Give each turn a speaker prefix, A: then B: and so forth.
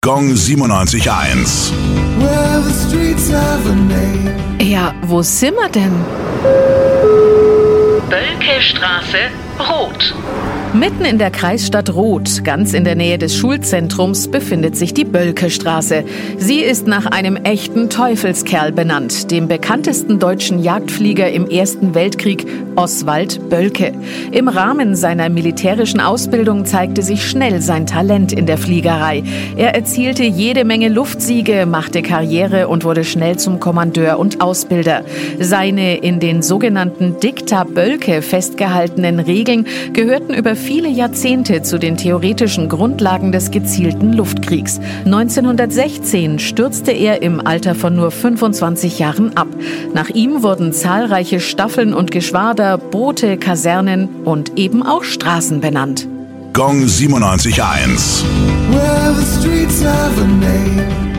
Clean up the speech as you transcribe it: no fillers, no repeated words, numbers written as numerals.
A: Gong 97.1.
B: Ja, wo sind wir denn?
C: Bölkestraße, Rot.
B: Mitten in der Kreisstadt Roth, ganz in der Nähe des Schulzentrums, befindet sich die Bölkestraße. Sie ist nach einem echten Teufelskerl benannt, dem bekanntesten deutschen Jagdflieger im Ersten Weltkrieg, Oswald Boelcke. Im Rahmen seiner militärischen Ausbildung zeigte sich schnell sein Talent in der Fliegerei. Er erzielte jede Menge Luftsiege, machte Karriere und wurde schnell zum Kommandeur und Ausbilder. Seine in den sogenannten Dicta Boelcke festgehaltenen Regeln gehörten über viele Jahrzehnte zu den theoretischen Grundlagen des gezielten Luftkriegs. 1916 stürzte er im Alter von nur 25 Jahren ab. Nach ihm wurden zahlreiche Staffeln und Geschwader, Boote, Kasernen und eben auch Straßen benannt.
A: Gong 97.1.